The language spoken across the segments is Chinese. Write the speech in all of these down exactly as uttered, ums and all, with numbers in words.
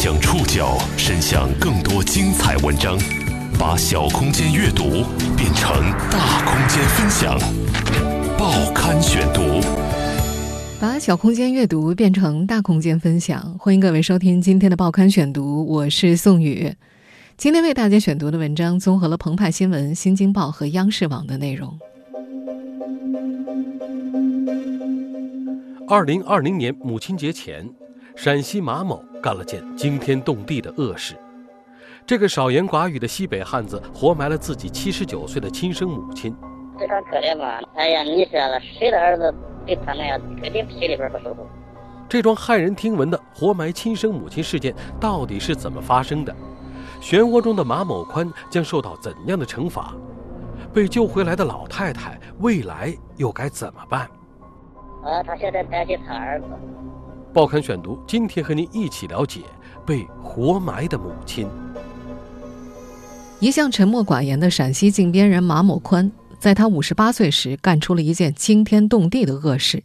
将触角伸向更多精彩文章，把小空间阅读变成大空间分享。报刊选读， 把小空间阅读变成大空间分享。欢迎各位收听今天的报刊选读，我是宋宇。今天为大家选读的文章综合了澎湃新闻、新京报和央视网的内容。 二零二零年母亲节前，陕西马某干了件惊天动地的恶事。这个少言寡语的西北汉子活埋了自己七十九岁的亲生母亲。 非常可怜吧？哎呀，你说了，谁的儿子对他那样，肯定心里边不舒服。 这桩骇人听闻的活埋亲生母亲事件到底是怎么发生的？漩涡中的马某宽将受到怎样的惩罚？被救回来的老太太未来又该怎么办？ 啊，他现在担心他儿子。 报刊选读，今天和您一起了解被活埋的母亲。 一向沉默寡言的陕西靖边人马某宽，在他五十八岁时干出了一件惊天动地的恶事。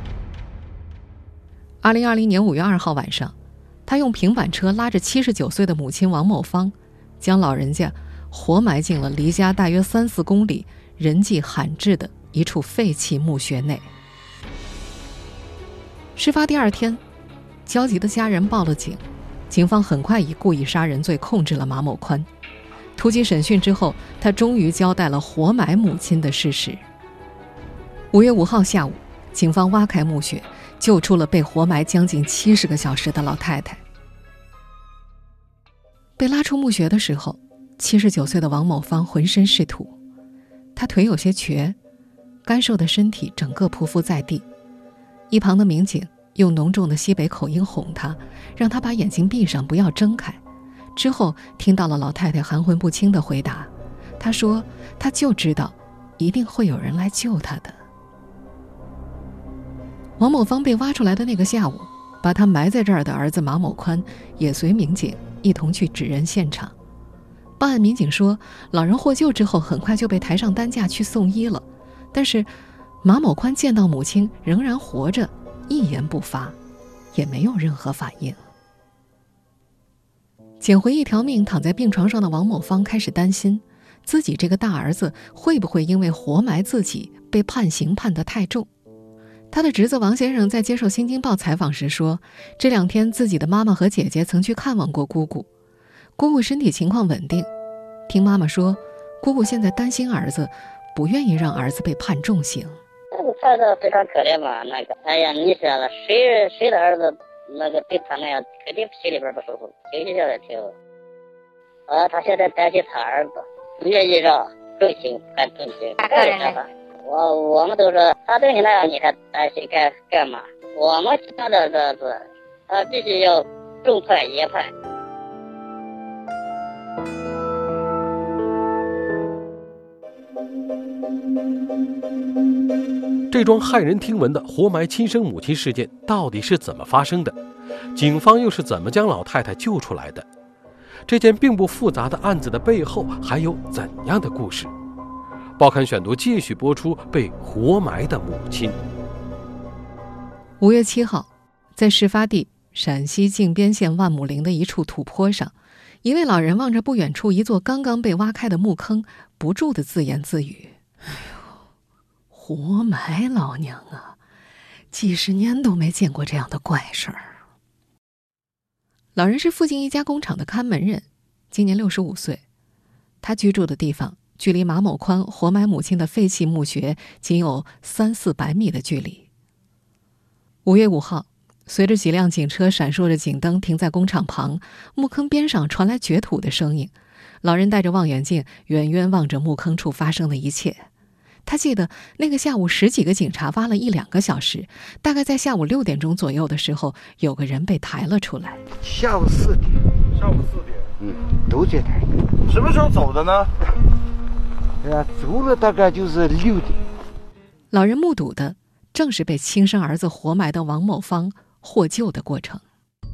二零二零年五月二号晚上，他用平板车拉着七十九岁的母亲王某芳，将老人家活埋进了离家大约三四公里、人迹罕至的一处废弃墓穴内。事发第二天，焦急的家人报了警，警方很快以故意杀人罪控制了马某宽。突击审讯之后，他终于交代了活埋母亲的事实。五月五号下午，警方挖开墓穴，救出了被活埋将近七十个小时的老太太。被拉出墓穴的时候，七十九岁的王某芳浑身是土，她腿有些瘸，干瘦的身体整个匍匐在地。一旁的民警用浓重的西北口音哄她，让她把眼睛闭上，不要睁开。之后听到了老太太含混不清的回答，她说她就知道一定会有人来救她的。王某芳被挖出来的那个下午，把他埋在这儿的儿子马某宽也随民警一同去指认现场。办案民警说，老人获救之后很快就被抬上担架去送医了，但是马某宽见到母亲仍然活着，一言不发，也没有任何反应。捡回一条命躺在病床上的王某芳开始担心，自己这个大儿子会不会因为活埋自己被判刑判得太重。他的侄子王先生在接受新京报采访时说，这两天自己的妈妈和姐姐曾去看望过姑姑，姑姑身体情况稳定。听妈妈说，姑姑现在担心儿子，不愿意让儿子被判重刑。 那个看着非常可怜嘛，那个，哎呀，你说了，谁谁的儿子那个对他那样，肯定心里边不舒服，情绪下来听。啊，他现在担心他儿子，不愿意让重刑判重刑。干啥吧？我我们都说他对你那样，你还担心干干嘛？我们家的儿子，他必须要重判严判。 这桩骇人听闻的活埋亲生母亲事件到底是怎么发生的？警方又是怎么将老太太救出来的？这件并不复杂的案子的背后还有怎样的故事？报刊选读继续播出被活埋的母亲。 五月七号，在事发地陕西靖边县万亩林的一处土坡上，一位老人望着不远处一座刚刚被挖开的墓坑，不住地自言自语：哎呦，活埋老娘啊，几十年都没见过这样的怪事儿。老人是附近一家工厂的看门人，今年六十五岁。他居住的地方距离马某宽活埋母亲的废弃墓穴仅有三四百米的距离。五月五号，随着几辆警车闪烁着警灯停在工厂旁，墓坑边上传来掘土的声音。老人戴着望远镜，远远望着墓坑处发生的一切。他记得那个下午十几个警察挖了一两个小时，大概在下午六点钟左右的时候，有个人被抬了出来。 下午四点。 下午四点。 嗯，都在抬。 什么时候走的呢？ 呃，走了大概就是六点。 老人目睹的正是被亲生儿子活埋的王某芳获救的过程。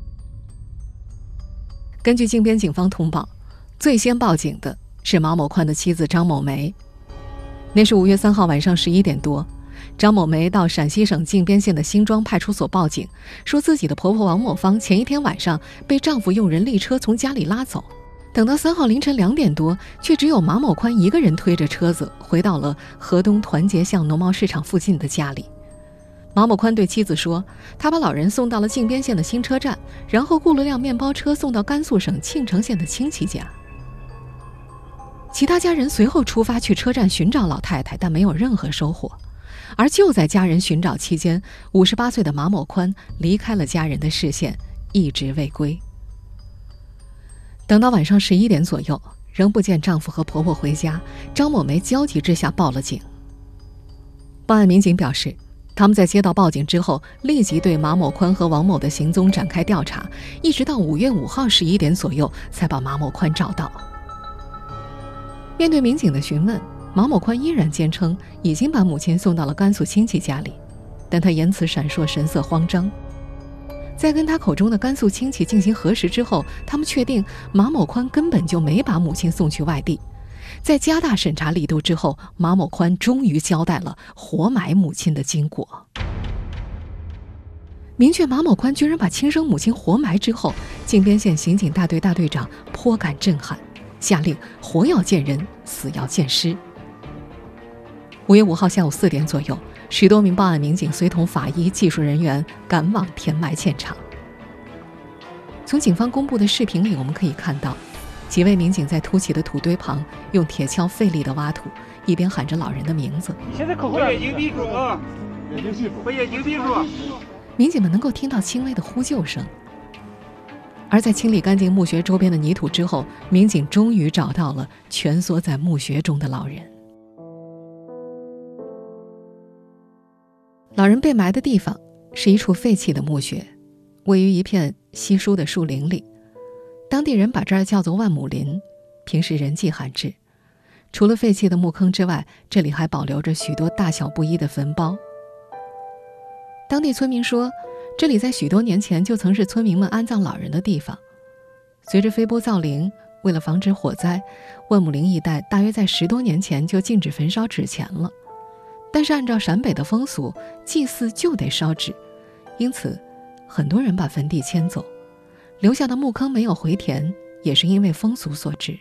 根据靖边警方通报，最先报警的是马某宽的妻子张某梅。那是五月三号晚上十一点多， 张某梅到陕西省靖边县的新庄派出所报警，说自己的婆婆王某芳前一天晚上被丈夫用人力车从家里拉走。等到三号凌晨两点多，却只有马某宽一个人推着车子回到了河东团结巷农贸市场附近的家里。马某宽对妻子说，他把老人送到了靖边县的新车站，然后雇了辆面包车送到甘肃省庆城县的亲戚家。其他家人随后出发去车站寻找老太太，但没有任何收获。而就在家人寻找期间，五十八岁的马某宽离开了家人的视线，一直未归。等到晚上十一点左右，仍不见丈夫和婆婆回家，张某梅焦急之下报了警。办案民警表示，他们在接到报警之后，立即对马某宽和王某的行踪展开调查，一直到五月五号十一点左右才把马某宽找到。面对民警的询问，马某宽依然坚称已经把母亲送到了甘肃亲戚家里，但他言辞闪烁，神色慌张。在跟他口中的甘肃亲戚进行核实之后，他们确定马某宽根本就没把母亲送去外地。在加大审查力度之后，马某宽终于交代了活埋母亲的经过。明确马某宽居然把亲生母亲活埋之后，靖边县刑警大队大队长颇感震撼，下令活要见人，死要见尸。五月五号下午四点左右，十多名报案民警随同法医、技术人员赶往填埋现场。从警方公布的视频里，我们可以看到，几位民警在凸起的土堆旁用铁锹费力地挖土，一边喊着老人的名字。 现在口口眼睛闭住啊！眼睛闭住，把眼睛闭住。 民警们能够听到轻微的呼救声。而在清理干净墓穴周边的泥土之后，民警终于找到了蜷缩在墓穴中的老人。老人被埋的地方是一处废弃的墓穴，位于一片稀疏的树林里。当地人把这儿叫做万亩林，平时人迹罕至。除了废弃的墓坑之外，这里还保留着许多大小不一的坟包。当地村民说，这里在许多年前就曾是村民们安葬老人的地方。随着飞波造林，为了防止火灾，万亩林一带大约在十多年前就禁止焚烧纸钱了。但是按照陕北的风俗，祭祀就得烧纸，因此很多人把坟地迁走，留下的墓坑没有回填，也是因为风俗所致。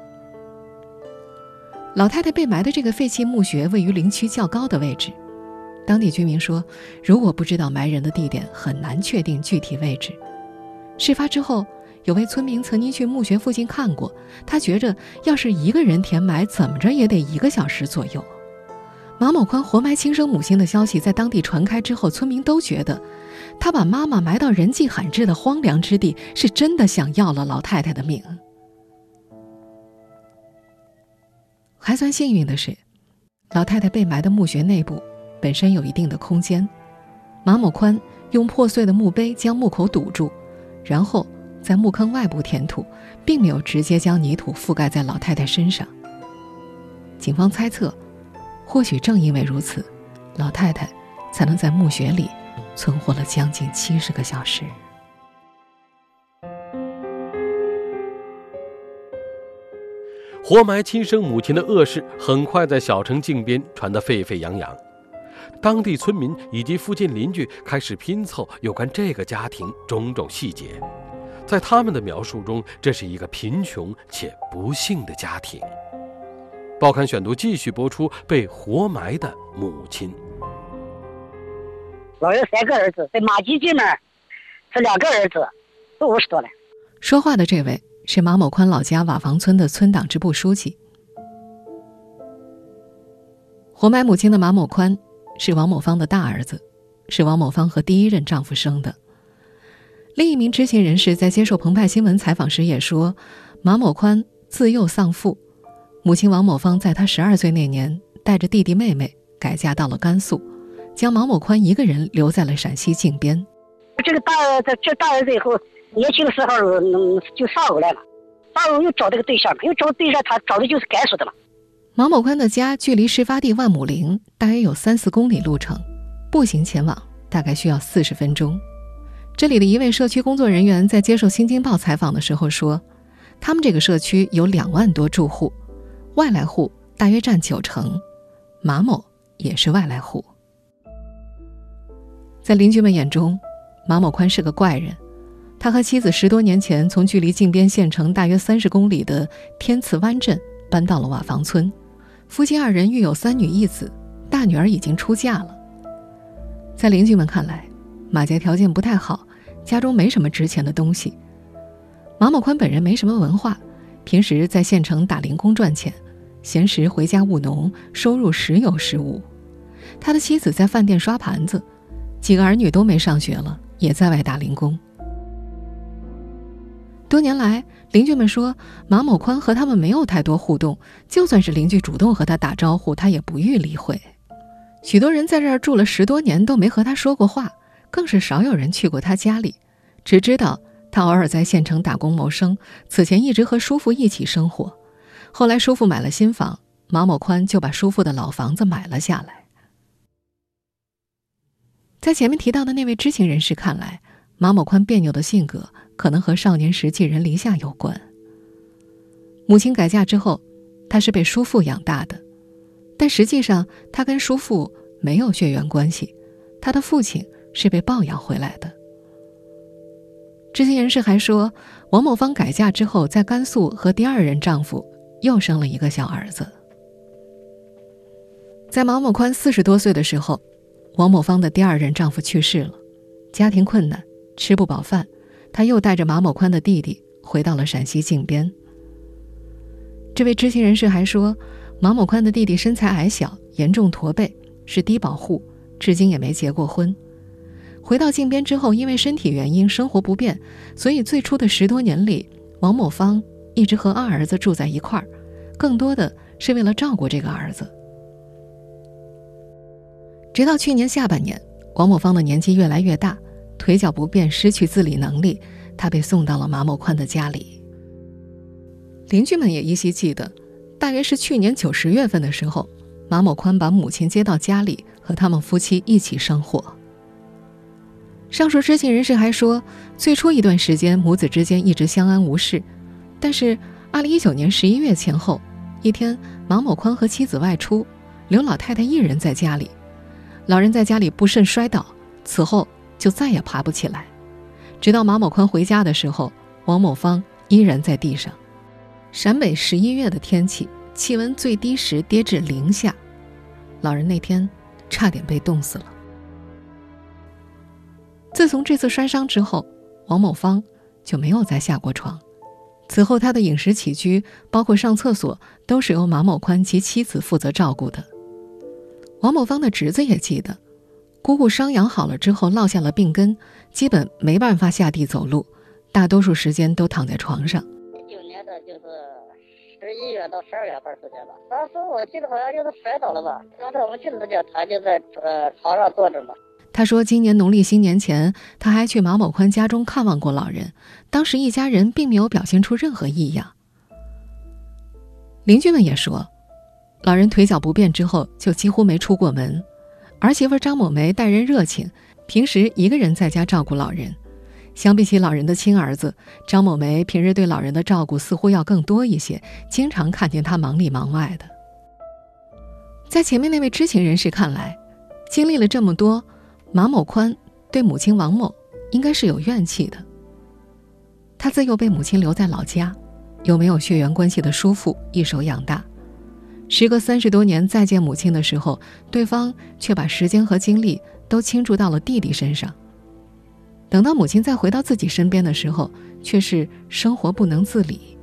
老太太被埋的这个废弃墓穴位于林区较高的位置，当地居民说，如果不知道埋人的地点，很难确定具体位置。事发之后，有位村民曾经去墓穴附近看过，他觉着要是一个人填埋，怎么着也得一个小时左右。马某宽活埋亲生母亲的消息在当地传开之后，村民都觉得他把妈妈埋到人迹罕至的荒凉之地，是真的想要了老太太的命。还算幸运的是，老太太被埋的墓穴内部本身有一定的空间，马某宽用破碎的墓碑将墓口堵住，然后在墓坑外部填土，并没有直接将泥土覆盖在老太太身上。警方猜测，或许正因为如此，老太太才能在墓穴里存活了将近七十个小时。 活埋亲生母亲的恶事很快在小城靖边传得沸沸扬扬，当地村民以及附近邻居开始拼凑有关这个家庭种种细节。在他们的描述中，这是一个贫穷且不幸的家庭。报刊选读继续播出被活埋的母亲。 老有三个儿子，在马基这面是两个儿子，都五十多了。 说话的这位是马某宽老家瓦房村的村党支部书记。活埋母亲的马某宽是王某芳的大儿子，是王某芳和第一任丈夫生的。另一名知情人士在接受澎湃新闻采访时也说，马某宽自幼丧父，母亲王某芳在他十二岁那年带着弟弟妹妹改嫁到了甘肃，将马某宽一个人留在了陕西靖边。 这个大儿子，这大儿子以后年轻的时候嗯就上欧来了，上欧又找这个对象，又找对象，他找的就是甘肃的嘛。 马某宽的家距离事发地万亩林大约有三四公里路程，步行前往大概需要四十分钟。这里的一位社区工作人员在接受新京报采访的时候说，他们这个社区有两万多住户，外来户大约占九成，马某也是外来户。 在邻居们眼中，马某宽是个怪人。他和妻子十多年前从距离靖边县城大约三十公里的天慈湾镇搬到了瓦房村，夫妻二人育有三女一子，大女儿已经出嫁了。在邻居们看来，马家条件不太好，家中没什么值钱的东西。马某宽本人没什么文化，平时在县城打零工赚钱，闲时回家务农，收入时有时无。他的妻子在饭店刷盘子，几个儿女都没上学了，也在外打零工。多年来，邻居们说马某宽和他们没有太多互动，就算是邻居主动和他打招呼，他也不予理会。许多人在这儿住了十多年都没和他说过话，更是少有人去过他家里，只知道他偶尔在县城打工谋生，此前一直和叔父一起生活。后来叔父买了新房，马某宽就把叔父的老房子买了下来。在前面提到的那位知情人士看来，马某宽别扭的性格可能和少年时寄人篱下有关。母亲改嫁之后，他是被叔父养大的，但实际上他跟叔父没有血缘关系，他的父亲是被抱养回来的。知情人士还说，王某芳改嫁之后，在甘肃和第二任丈夫又生了一个小儿子。在马某宽四十多岁的时候，王某芳的第二任丈夫去世了，家庭困难，吃不饱饭，他又带着马某宽的弟弟回到了陕西靖边。这位知情人士还说，马某宽的弟弟身材矮小，严重驼背，是低保户，至今也没结过婚。回到靖边之后，因为身体原因生活不便，所以最初的十多年里，王某芳一直和二儿子住在一块儿，更多的是为了照顾这个儿子。直到去年下半年，王某芳的年纪越来越大，腿脚不便，失去自理能力，他被送到了马某宽的家里。邻居们也依稀记得，大约是去年九十月份的时候，马某宽把母亲接到家里，和他们夫妻一起生活。上述知情人士还说，最初一段时间母子之间一直相安无事，但是二零一九年十一月前后，一天马某宽和妻子外出，刘老太太一人在家里，老人在家里不慎摔倒，此后就再也爬不起来。直到马某宽回家的时候，王某芳依然在地上。陕北十一月的天气，气温最低时跌至零下，老人那天差点被冻死了。自从这次摔伤之后，王某芳就没有再下过床。此后他的饮食起居，包括上厕所，都是由马某宽及妻子负责照顾的。王某芳的侄子也记得，姑姑伤养好了之后落下了病根，基本没办法下地走路，大多数时间都躺在床上。 九年的就是十一月到十二月份时间吧，当时我记得好像就是摔倒了吧，刚才我们去的时候，他就在呃床上坐着嘛。 他说今年农历新年前，他还去马某宽家中看望过老人，当时一家人并没有表现出任何异样。邻居们也说，老人腿脚不便之后就几乎没出过门，儿媳妇张某梅待人热情，平时一个人在家照顾老人。相比起老人的亲儿子，张某梅平日对老人的照顾似乎要更多一些，经常看见他忙里忙外的。在前面那位知情人士看来，经历了这么多，马某宽对母亲王某应该是有怨气的。他自幼被母亲留在老家，又没有血缘关系的叔父一手养大，时隔三十多年再见母亲的时候，对方却把时间和精力都倾注到了弟弟身上。等到母亲再回到自己身边的时候，却是生活不能自理。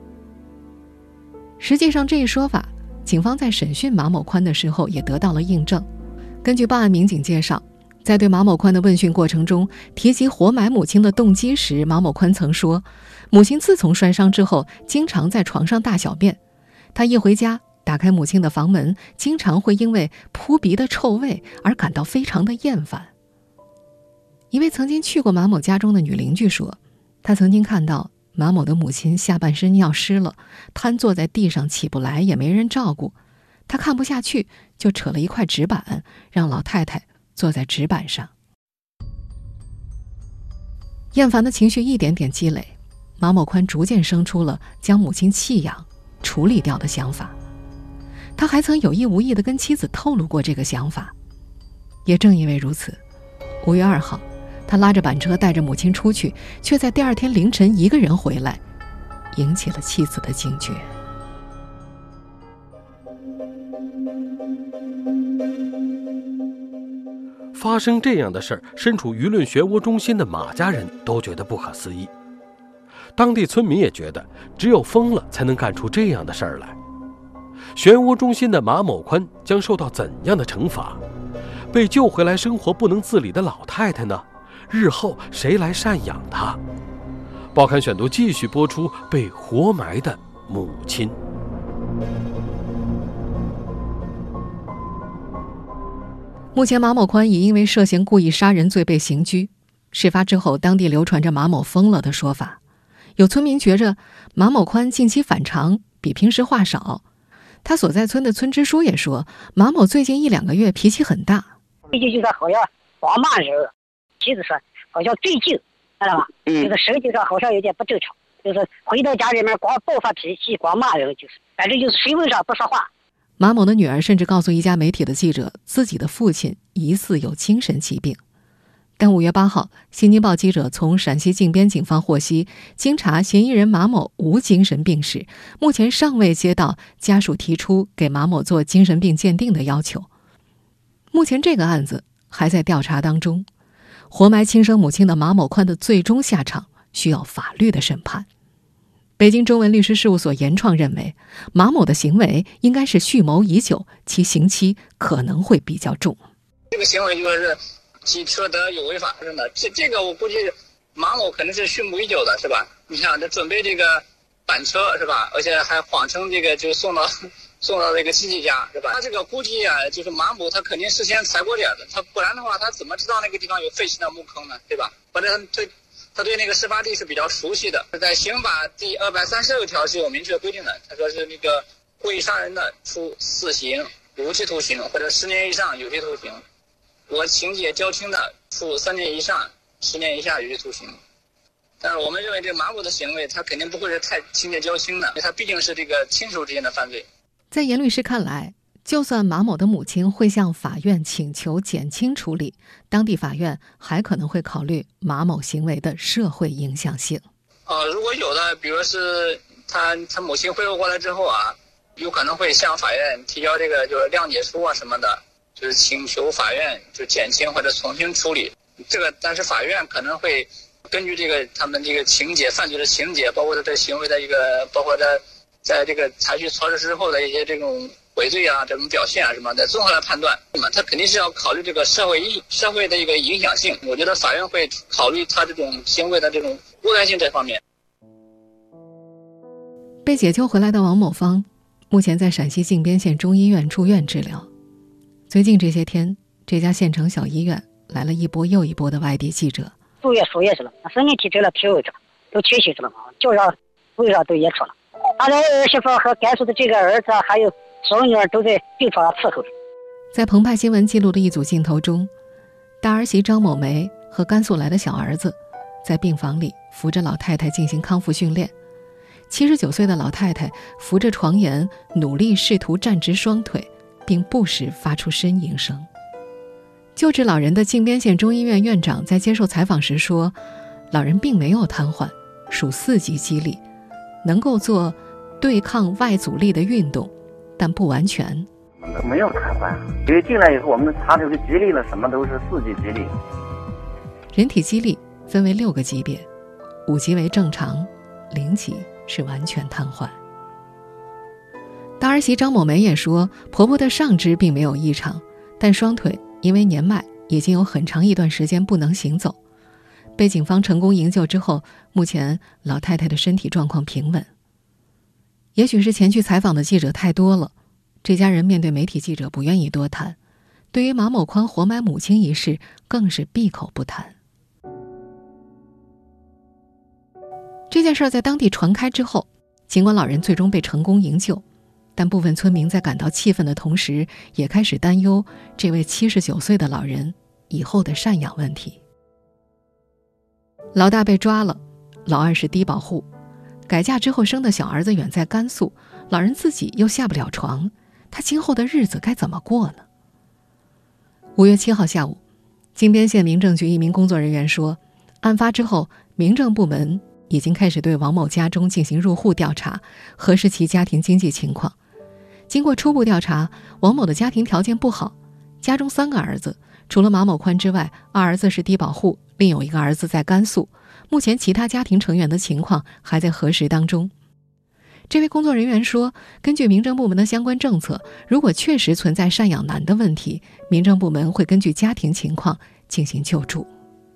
实际上这一说法，警方在审讯马某宽的时候也得到了印证。根据办案民警介绍，在对马某宽的问讯过程中，提及活埋母亲的动机时，马某宽曾说，母亲自从摔伤之后，经常在床上大小便，他一回家打开母亲的房门，经常会因为扑鼻的臭味而感到非常的厌烦。一位曾经去过马某家中的女邻居说，她曾经看到马某的母亲下半身尿湿了，瘫坐在地上起不来，也没人照顾。她看不下去，就扯了一块纸板，让老太太坐在纸板上。厌烦的情绪一点点积累，马某宽逐渐生出了将母亲弃养、处理掉的想法。他还曾有意无意地跟妻子透露过这个想法。也正因为如此， 五月二号，他拉着板车带着母亲出去，却在第二天凌晨一个人回来，引起了妻子的警觉。 发生这样的事儿，身处舆论漩涡中心的马家人都觉得不可思议，当地村民也觉得只有疯了才能干出这样的事儿来。漩涡中心的马某宽将受到怎样的惩罚？被救回来生活不能自理的老太太呢？日后谁来赡养她？报刊选读继续播出被活埋的母亲。 目前马某宽已因为涉嫌故意杀人罪被刑拘。事发之后，当地流传着马某疯了的说法，有村民觉着马某宽近期反常，比平时话少。他所在村的村支书也说，马某最近一两个月脾气很大。 最近就是好像光骂人，妻子说好像最近，知道吧？嗯，这个神经上好像有点不正常，就是回到家里面光爆发脾气，光骂人，就是反正就是水问上不说话。 马某的女儿甚至告诉一家媒体的记者，自己的父亲疑似有精神疾病。但五月八号，新京报记者从陕西靖边警方获悉，经查，嫌疑人马某无精神病史，目前尚未接到家属提出给马某做精神病鉴定的要求。目前这个案子还在调查当中，活埋亲生母亲的马某宽的最终下场需要法律的审判。北京中文律师事务所严创认为，马某的行为应该是蓄谋已久，其刑期可能会比较重。 这个行为就是既缺德又违法，真的，这这个我估计马某肯定是蓄谋已久的，是吧？你想，这准备这个板车是吧？而且还谎称这个就送到送到这个亲戚家是吧？他这个估计啊，就是马某他肯定事先踩过点的，他不然的话他怎么知道那个地方有废弃的墓坑呢？对吧？或者他对他对那个事发地是比较熟悉的。在刑法第二百三十二条是有明确规定的，他说是那个故意杀人的，处死刑、无期徒刑或者十年以上有期徒刑；如果情节较轻的，处三年以上十年以下有期徒刑。但是我们认为这个马某的行为，他肯定不会是太情节较轻的，因为他毕竟是这个亲属之间的犯罪。 在严律师看来，就算马某的母亲会向法院请求减轻处理，当地法院还可能会考虑马某行为的社会影响性。 呃，如果有的，比如是他他母亲恢复过来之后啊，有可能会向法院提交这个就是谅解书啊什么的，就是请求法院就减轻或者从轻处理。这个但是法院可能会根据这个他们这个情节犯罪的情节，包括他这行为的一个，包括他在这个采取措施之后的一些这种悔罪啊，这种表现啊什么的，综合来判断。那么他肯定是要考虑这个社会意社会的一个影响性。我觉得法院会考虑他这种行为的这种危害性这方面。 被解救回来的王某芳，目前在陕西靖边县中医院住院治疗。最近这些天，这家县城小医院来了一波又一波的外地记者。 住院输液去了，生命体征了体位着，都缺席去了嘛，叫上位上都验出了。他的儿媳妇和甘肃的这个儿子还有孙女儿都在病床上伺候着。 在澎湃新闻记录的一组镜头中，大儿媳张某梅和甘肃来的小儿子在病房里扶着老太太进行康复训练。七十九岁的老太太扶着床沿，努力试图站直双腿，并不时发出呻吟声。救治老人的靖边县中医院院长在接受采访时说，老人并没有瘫痪，属四级肌力，能够做对抗外阻力的运动，但不完全。 没有瘫痪，因为进来以后我们查这个肌力了，什么都是四级肌力。 人体肌力分为六个级别，五级为正常，零级是完全瘫痪。大儿媳张某梅也说，婆婆的上肢并没有异常，但双腿因为年迈已经有很长一段时间不能行走。被警方成功营救之后，目前老太太的身体状况平稳。也许是前去采访的记者太多了，这家人面对媒体记者不愿意多谈，对于马某宽活埋母亲一事更是闭口不谈。这件事在当地传开之后，尽管老人最终被成功营救，但部分村民在感到气愤的同时，也开始担忧这位七十九岁的老人以后的赡养问题。老大被抓了，老二是低保户，改嫁之后生的小儿子远在甘肃，老人自己又下不了床，他今后的日子该怎么过呢？五月七号下午， 金边县民政局一名工作人员说，案发之后，民政部门已经开始对王某家中进行入户调查，核实其家庭经济情况。经过初步调查，王某的家庭条件不好，家中三个儿子，除了马某宽之外，二儿子是低保户，另有一个儿子在甘肃。目前其他家庭成员的情况还在核实当中。这位工作人员说，根据民政部门的相关政策，如果确实存在赡养难的问题，民政部门会根据家庭情况进行救助。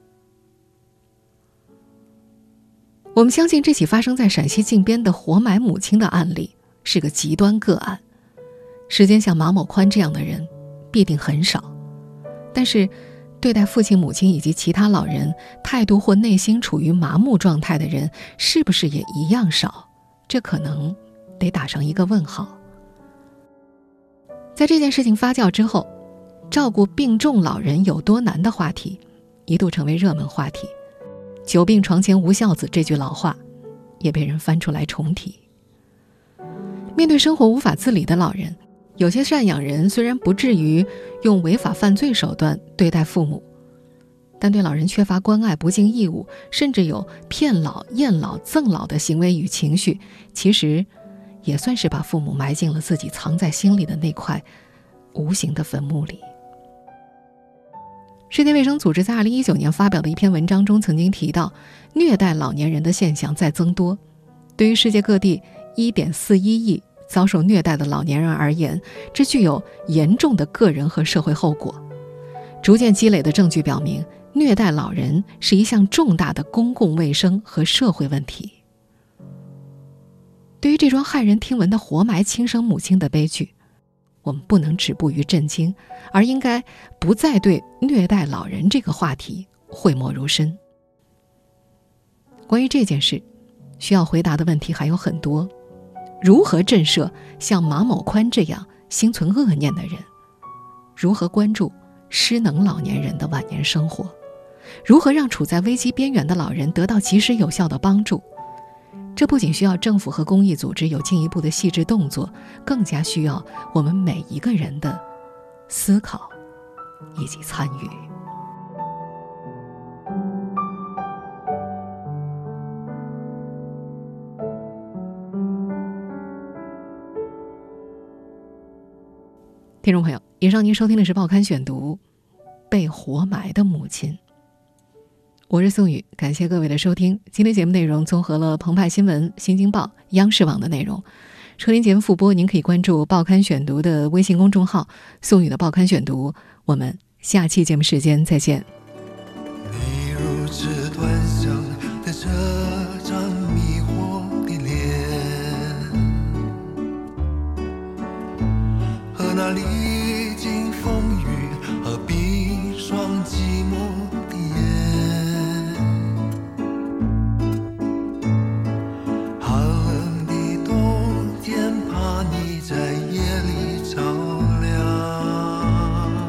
我们相信这起发生在陕西靖边的活埋母亲的案例是个极端个案，世间像马某宽这样的人必定很少，但是对待父亲母亲以及其他老人态度或内心处于麻木状态的人是不是也一样少？这可能得打上一个问号。在这件事情发酵之后，照顾病重老人有多难的话题一度成为热门话题，久病床前无孝子这句老话也被人翻出来重提。面对生活无法自理的老人，有些赡养人虽然不至于用违法犯罪手段对待父母，但对老人缺乏关爱、不尽义务，甚至有骗老、厌老、赠老的行为与情绪，其实也算是把父母埋进了自己藏在心里的那块无形的坟墓里。世界卫生组织在二零一九年发表的一篇文章中曾经提到，虐待老年人的现象在增多。对于世界各地 一点四一亿遭受虐待的老年人而言，这具有严重的个人和社会后果。逐渐积累的证据表明，虐待老人是一项重大的公共卫生和社会问题。对于这桩骇人听闻的活埋亲生母亲的悲剧，我们不能止步于震惊，而应该不再对虐待老人这个话题讳莫如深。关于这件事，需要回答的问题还有很多。如何震慑像马某宽这样心存恶念的人？如何关注失能老年人的晚年生活？如何让处在危机边缘的老人得到及时有效的帮助？这不仅需要政府和公益组织有进一步的细致动作，更加需要我们每一个人的思考以及参与。听众朋友，以上您收听的是《报刊选读》，被活埋的母亲。我是宋宇，感谢各位的收听。今天节目内容综合了澎湃新闻、新京报、央视网的内容。收听节目复播，您可以关注《报刊选读》的微信公众号“宋宇的报刊选读”。我们下期节目时间再见。 你如纸端详的这张迷惑的脸，和那历经风雨和冰霜寂寞的眼，寒冷的冬天怕你在夜里着凉，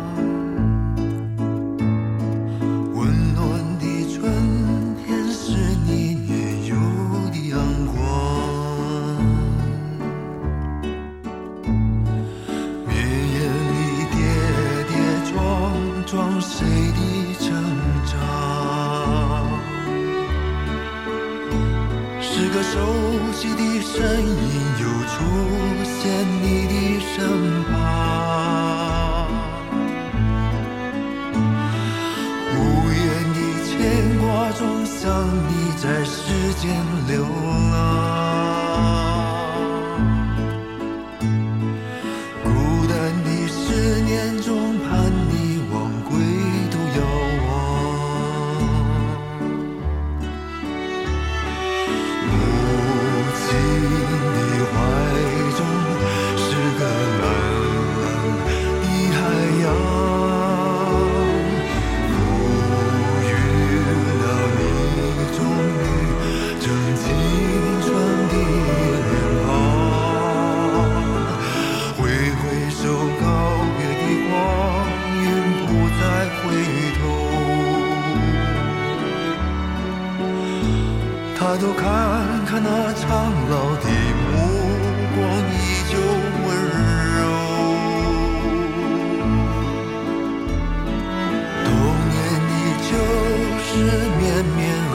温暖的春天是你年幼的阳光，绵延里跌跌撞撞谁的成长，是个熟悉的身影又出现你的身旁，无言的牵挂中想你在世间流浪，孤单的思念中盼你往归途遥望，母亲的怀中是个蓝蓝的海洋，赋予了你终于正青春的脸庞，挥挥手告别的光阴不再回头，抬头看看那苍老的目光依旧温柔，童年绵绵